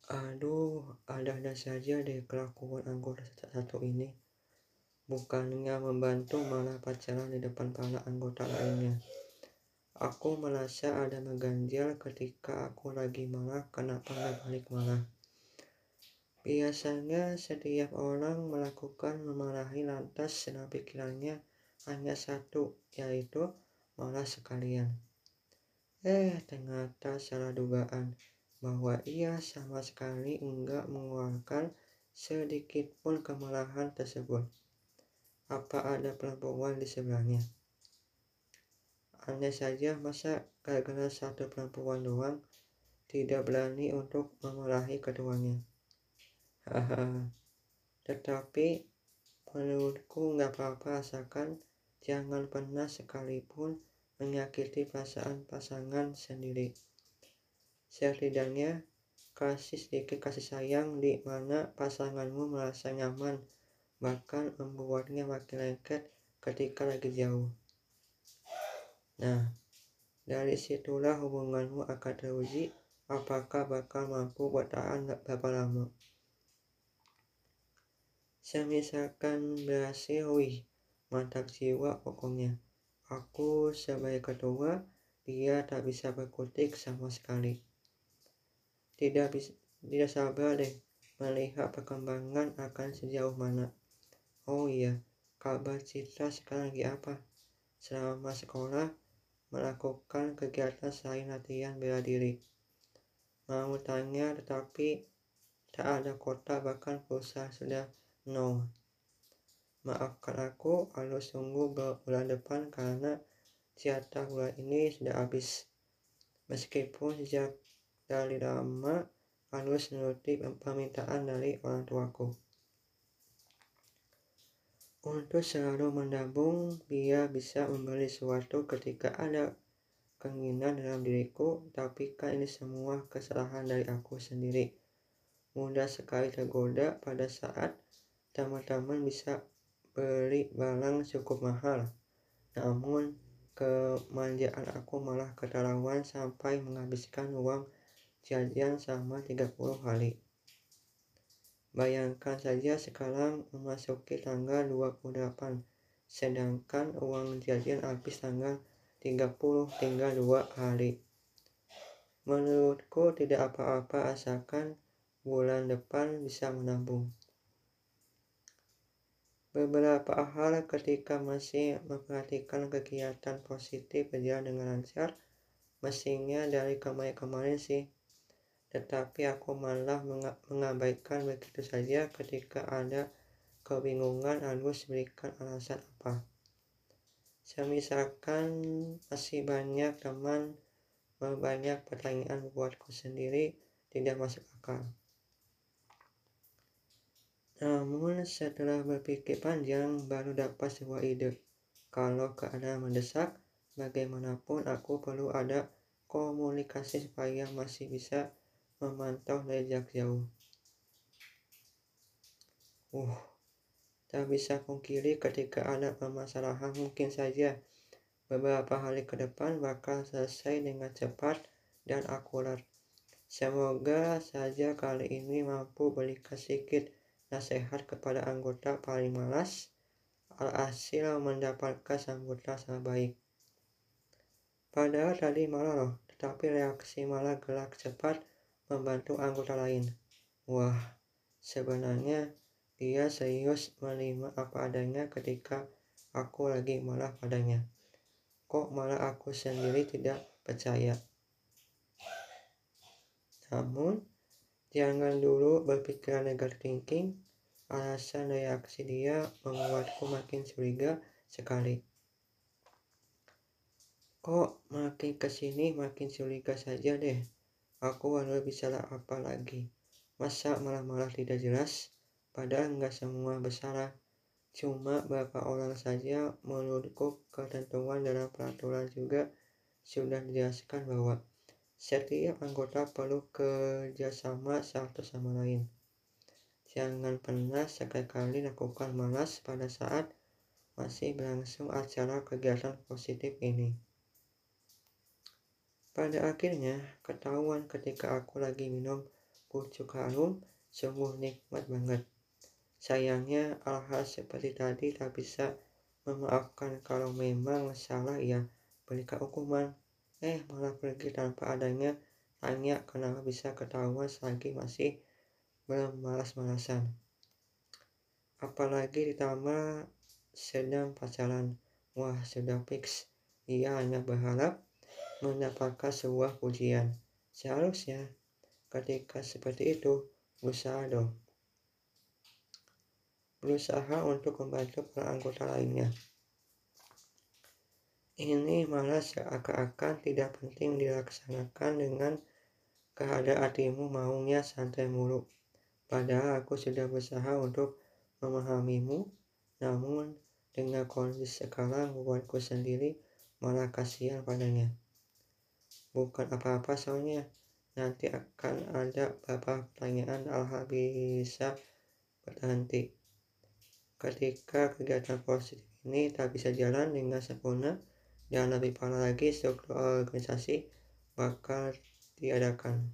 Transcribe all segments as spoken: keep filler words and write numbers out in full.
Aduh, ada-ada saja deh kelakuan anggota satu ini. Bukannya membantu malah pacaran di depan para anggota lainnya. Aku merasa ada mengganjal ketika aku lagi marah kenapa nggak balik marah. Biasanya setiap orang melakukan memarahi lantas dalam pikirannya hanya satu, yaitu marah sekalian. Eh, ternyata salah dugaan bahwa ia sama sekali enggak mengeluarkan sedikit pun kemarahan tersebut. Apa ada perempuan di sebelahnya? Aneh saja, masa gara-gara satu perempuan doang tidak berani untuk memarahi keduanya. Haha. Tetapi menurutku nggak apa-apa asalkan jangan pernah sekalipun menyakiti perasaan pasangan sendiri. Setidaknya kasih sedikit kasih sayang di mana pasanganmu merasa nyaman, bahkan membuatnya makin lengket ketika lagi jauh. Nah, dari situlah hubunganmu akan teruji apakah bakal mampu bertahan berapa lama. Semisalkan berhasil, wih, mantap jiwa pokoknya. Aku sebagai ketua, dia tak bisa berkutik sama sekali. Tidak bisa, tidak sabar deh melihat perkembangan akan sejauh mana. Oh iya, kabar Citra sekarang lagi apa? Selama sekolah melakukan kegiatan selain latihan bela diri. Mau tanya tetapi tak ada kota, bahkan pulsa sudah nol. Maafkan aku, harus tunggu bulan depan karena jatah bulan ini sudah habis. Meskipun sejak dari lama harus menuruti permintaan dari orang tuaku untuk selalu menabung biar bisa membeli sesuatu ketika ada keinginan dalam diriku, tapi kan ini semua kesalahan dari aku sendiri. Mudah sekali tergoda pada saat teman-teman bisa beli barang cukup mahal, namun kemanjaan aku malah keterlaluan sampai menghabiskan uang jajan selama tiga puluh hari. Bayangkan saja sekarang memasuki tanggal dua puluh delapan, sedangkan uang jajan habis tanggal tiga puluh tinggal dua hari. Menurutku tidak apa-apa asalkan bulan depan bisa menabung. Beberapa hal ketika masih memperhatikan kegiatan positif berjalan dengan lancar, mestinya dari kemarin-kemarin sih. Tetapi aku malah mengabaikan begitu saja ketika ada kebingungan harus berikan alasan apa. Semisalkan masih banyak teman banyak pertanyaan buatku sendiri tidak masuk akal. Namun setelah berpikir panjang baru dapat sebuah ide. Kalau keadaan mendesak, bagaimanapun aku perlu ada komunikasi supaya masih bisa memantau dari jarak jauh. Uh, tak bisa pungkiri ketika ada permasalahan mungkin saja beberapa hari ke depan bakal selesai dengan cepat dan akurat. Semoga saja kali ini mampu berikan sedikit nasihat kepada anggota paling malas, alhasil mendapatkan sambutan sangat baik. Padahal tadi malah loh, tetapi reaksi malah gerak cepat membantu anggota lain. Wah, sebenarnya dia serius menerima apa adanya ketika aku lagi marah padanya. Kok malah aku sendiri tidak percaya? Namun, jangan dulu berpikiran negatif thinking. Alasan reaksi dia membuatku makin curiga sekali. Kok makin kesini makin curiga saja deh. Aku harus bicara apa lagi? Masa malah-malah tidak jelas? Padahal nggak semua bersalah. Cuma beberapa orang saja. Menurutku ketentuan dalam peraturan juga sudah dijelaskan bahwa setiap anggota perlu kerjasama satu sama lain. Jangan pernah sekali-kali lakukan malas pada saat masih berlangsung acara kegiatan positif ini. Pada akhirnya ketahuan ketika aku lagi minum pucuk harum, sungguh nikmat banget. Sayangnya hal-hal seperti tadi tak bisa memaafkan. Kalau memang salah ya berikan hukuman. Eh malah pergi tanpa adanya tanya kenapa bisa ketahuan selagi masih bermalas-malasan. Apalagi ditambah sedang pacaran. Wah sudah fix. Ia hanya berharap mendapatkan sebuah pujian. Seharusnya ketika seperti itu berusaha dong. Berusaha untuk membantu para anggota lainnya. Ini malah seakan-akan tidak penting dilaksanakan dengan keadaan hatimu maunya santai mulu. Padahal aku sudah berusaha untuk memahamimu, namun dengan kondisi sekarang membuatku sendiri malah kasihan padanya. Bukan apa-apa soalnya, nanti akan ada beberapa pertanyaan hal bisa berhenti. Ketika kegiatan positif ini tak bisa jalan dengan sempurna, dan lebih parah lagi struktur organisasi bakal diadakan.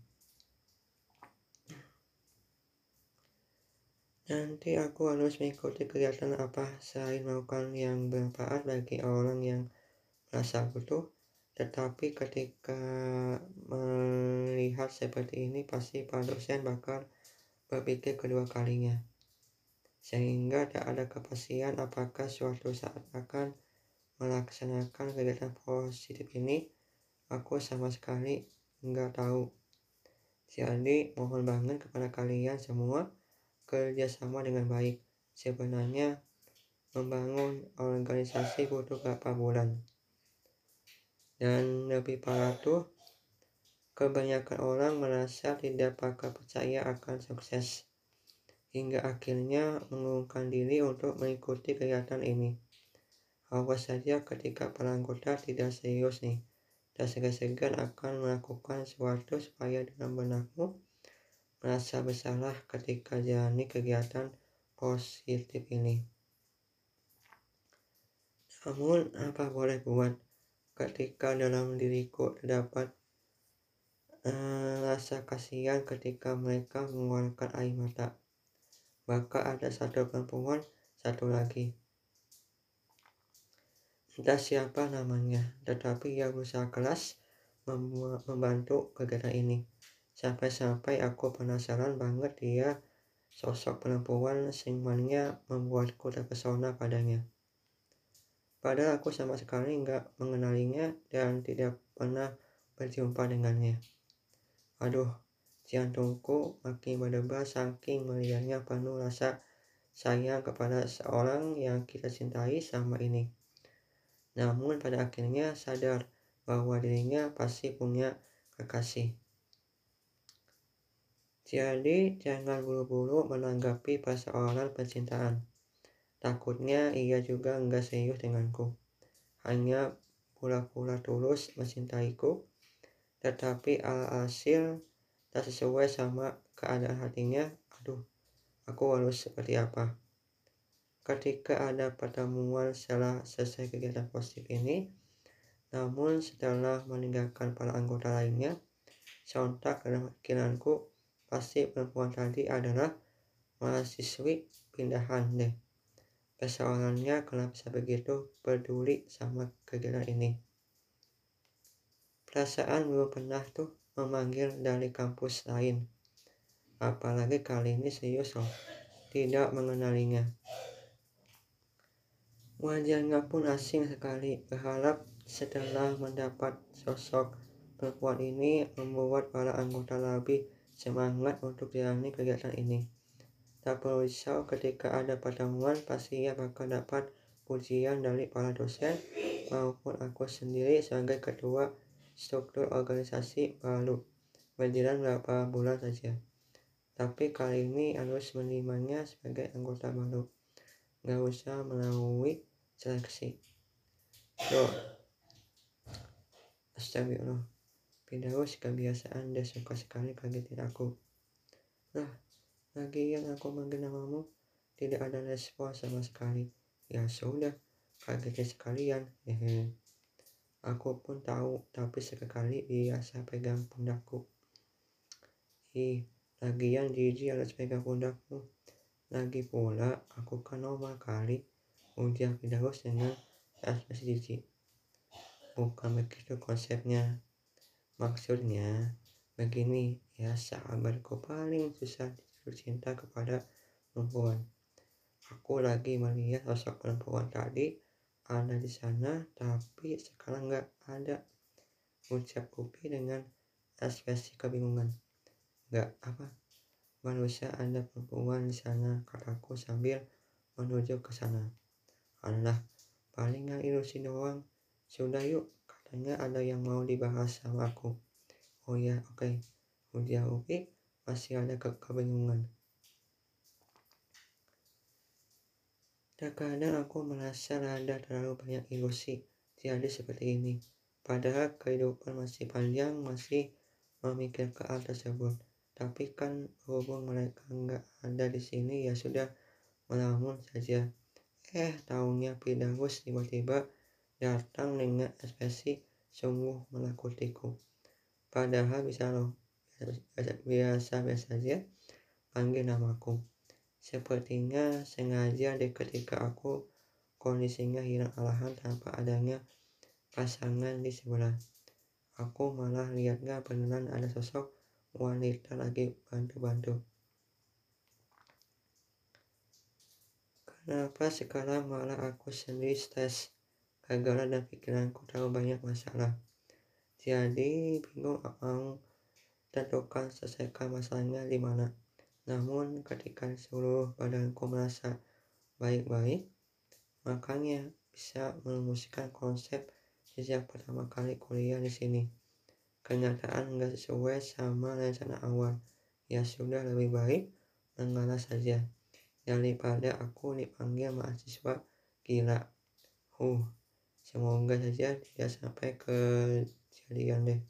Nanti aku harus mengikuti kegiatan apa selain melakukan yang bermanfaat bagi orang yang merasa butuh. Tetapi ketika melihat seperti ini pasti para dosen bakal berpikir kedua kalinya. Sehingga tak ada kepastian apakah suatu saat akan melaksanakan kegiatan positif ini. Aku sama sekali nggak tahu. Jadi mohon banget kepada kalian semua kerjasama dengan baik. Sebenarnya membangun organisasi butuh beberapa bulan. Dan lebih parah tuh, kebanyakan orang merasa tidak bakal percaya akan sukses. Hingga akhirnya mengurungkan diri untuk mengikuti kegiatan ini. Awas saja ketika para anggota tidak serius nih, dan segan-segan akan melakukan sesuatu supaya dalam benakmu merasa bersalah ketika jalani kegiatan positif ini. Namun apa boleh buat, ketika dalam diriku terdapat eh, rasa kasihan ketika mereka mengeluarkan air mata. Bahkan ada satu perempuan satu lagi, entah siapa namanya, tetapi ia berusaha keras membantu kegiatan ini. Sampai-sampai aku penasaran banget dia sosok perempuan semuanya membuatku terpesona padanya. Padahal aku sama sekali nggak mengenalinya dan tidak pernah berjumpa dengannya. Aduh, jantungku makin berdebar saking melihatnya penuh rasa sayang kepada seorang yang kita cintai sama ini. Namun pada akhirnya sadar bahwa dirinya pasti punya kekasih. Jadi jangan buru-buru menanggapi persoalan percintaan. Takutnya ia juga enggak serius denganku. Hanya pura-pura tulus mencintaiku, tetapi alhasil tak sesuai sama keadaan hatinya. Aduh, aku harus seperti apa? Ketika ada pertemuan setelah selesai kegiatan positif ini, namun setelah meninggalkan para anggota lainnya, sontak dalam pikiranku pasti perempuan tadi adalah mahasiswi pindahan deh. Persoalannya kenapa bisa begitu peduli sama kegiatan ini. Perasaan belum pernah tuh memanggil dari kampus lain. Apalagi kali ini serius loh, tidak mengenalinya. Wajahnya pun asing sekali. Berharap setelah mendapat sosok perempuan ini membuat para anggota lebih semangat untuk jalani kegiatan ini. Tak perlu risau, ketika ada pertemuan pasti ia bakal dapat pujian dari para dosen maupun aku sendiri sebagai ketua struktur organisasi baru berjalan beberapa bulan saja. Tapi kali ini harus menerimanya sebagai anggota baru, gak usah melalui seleksi. Yo, astagfirullah. Pindaus kebiasaan dia suka sekali kagetin aku. Nah, lagian aku manggil namamu tidak ada respon sama sekali. Ya sudah, kagetin sekalian. Hehe. Aku pun tahu, tapi sekali biasa pegang pundakku. Ih, Lagian jijik harus pegang pundakmu. Lagi pula, aku kan normal kali, ujar Firdaus dengan ekspresi jijik. Bukan begitu konsepnya. Maksudnya, begini, ya sahabatku paling susah jatuh cinta kepada perempuan. Aku lagi melihat sosok perempuan tadi ada di sana, tapi sekarang nggak ada, ucap Upi dengan ekspresi kebingungan. Nggak apa? Manusia ada perempuan di sana, kataku sambil menuju ke sana. Alah, palingan ilusi doang. Sudah yuk, katanya ada yang mau dibahas sama aku. Oh ya, oke. Okay. Ujar Upi masih ada ke kebingungan. Terkadang aku merasa rada terlalu banyak ilusi jadi seperti ini. Padahal kehidupan masih panjang, masih memikirkan hal tersebut. Tapi kan berhubung mereka nggak ada di sini, ya sudah melamun saja. Eh, taunya Firdaus tiba-tiba datang dengan ekspresi sungguh menakutiku. Padahal bisa loh, biasa-biasa saja panggil namaku. Sepertinya sengaja deh ketika aku kondisinya hilang arahan tanpa adanya pasangan di sebelah. Aku malah lihatnya beneran ada sosok wanita lagi bantu-bantu. Kenapa sekarang malah aku sendiri stres, gagal dan pikiranku terlalu banyak masalah. Jadi bingung mau tentukan selesaikan masalahnya di mana. Namun ketika seluruh badanku merasa baik-baik, makanya bisa merumuskan konsep sejak pertama kali kuliah di sini. Kenyataan nggak sesuai sama rencana awal. Ya sudah, lebih baik mengalah saja daripada aku dipanggil mahasiswa gila. Huh, semoga saja tidak sampai kejadian deh.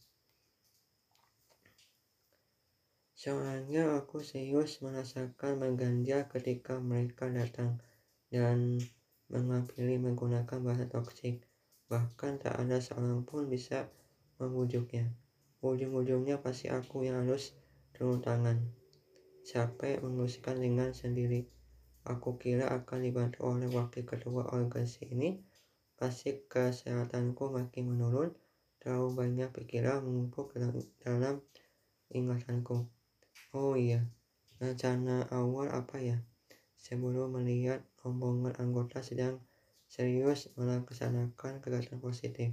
Soalnya aku serius merasakan mengganjal ketika mereka datang dan menghakimi menggunakan bahasa toksik. Bahkan tak ada seorang pun bisa membujuknya. Ujung-ujungnya pasti aku yang harus turun tangan. Sampai memutuskan dengan sendiri. Aku kira akan dibantu oleh wakil ketua organisasi ini. Pasti kesehatanku makin menurun. Terlalu banyak pikiran menumpuk dalam, dalam ingatanku. Oh iya, rencana awal apa ya? Sebelum melihat rombongan anggota sedang serius melaksanakan kegiatan positif.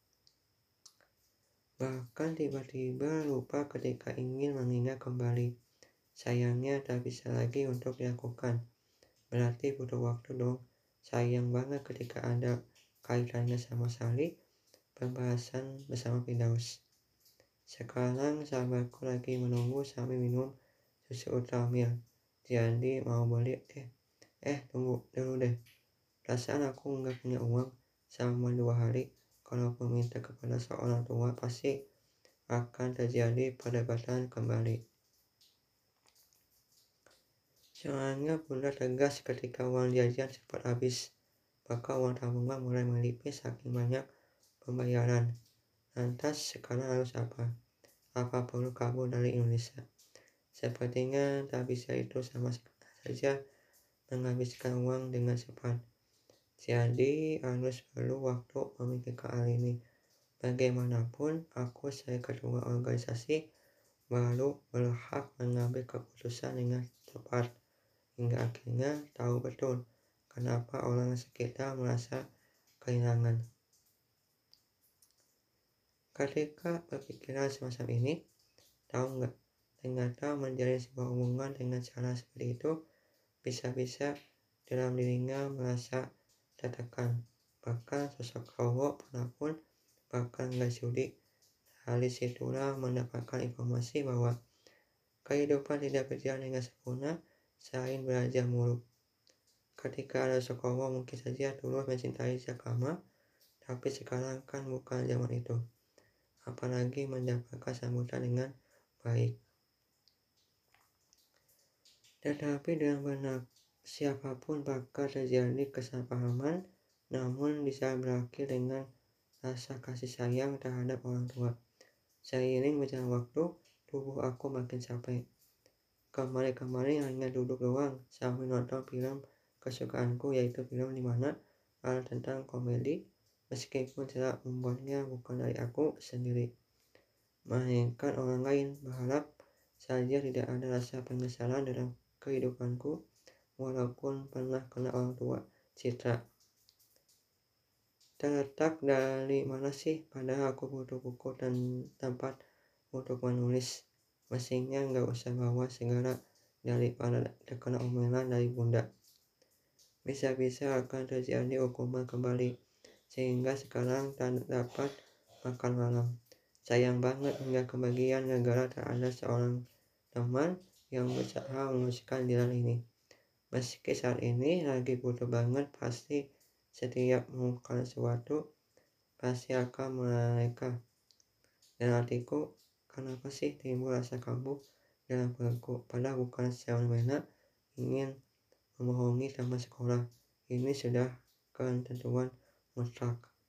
Bahkan tiba-tiba lupa ketika ingin mengingat kembali. Sayangnya tak bisa lagi untuk dilakukan. Berarti butuh waktu dong. Sayang banget ketika ada kaitannya sama Sali pembahasan bersama Firdaus. Sekarang sahabatku lagi menunggu sambil minum susu ultramil. Jadi mau beli deh. Eh tunggu dulu deh. Perasaan aku nggak punya uang selama dua hari. Kalau meminta kepada seorang tua pasti akan terjadi perdebatan kembali. Soalnya bunda tegas ketika uang jajan cepat habis. Maka uang tabungan mulai menipis saking banyak pembayaran. Lantas sekarang harus apa? Apa perlu kabur dari Indonesia? Sepertinya tak bisa itu sama saja menghabiskan uang dengan cepat. Jadi harus perlu waktu memikirkan hal ini. Bagaimanapun aku sebagai ketua organisasi baru berhak mengambil keputusan dengan tepat. Hingga akhirnya tahu betul kenapa orang sekitar merasa kehilangan. Ketika berpikiran semacam ini, tahu nggak, ternyata menjalin sebuah hubungan dengan cara seperti itu bisa-bisa dalam dirinya merasa tertekan. Bahkan sosok cowok pun bahkan nggak sudi. Dari situlah mendapatkan informasi bahwa kehidupan tidak berjalan dengan sempurna selain belajar mulu. Ketika ada sekolah mungkin saja tulus mencintai sejak lama, tapi sekarang kan bukan zaman itu. Apalagi mendapatkan sambutan dengan baik. Tetapi dengan benar siapapun bakal terjadi kesalahpahaman, namun bisa berakhir dengan rasa kasih sayang terhadap orang tua. Seiring berjalan waktu, tubuh aku makin capek. kemarin-kemarin hanya duduk doang sambil nonton film kesukaanku, yaitu film di mana hal tentang komedi, meskipun tidak membuatnya bukan dari aku sendiri, melainkan orang lain. Berharap saja tidak ada rasa penyesalan dalam kehidupanku, walaupun pernah kena orang tua Citra. Terletak dari mana sih? Padahal aku butuh buku dan tempat untuk menulis. Mesinnya nggak usah bawa segala daripada terkena omelan dari bunda. Bisa-bisa akan terjadi hukuman kembali, sehingga sekarang tak dapat makan malam. Sayang banget nggak kebagian gara-gara tak ada seorang teman yang berusaha memutuskan jalan ini. Meski saat ini lagi butuh banget, pasti setiap melakukan sesuatu pasti akan mereka. Dan artiku, kenapa sih timbul rasa kambuh dalam perutku? Padahal bukan semena-mena ingin membohongi teman sekolah. Ini sudah ketentuan mutlak.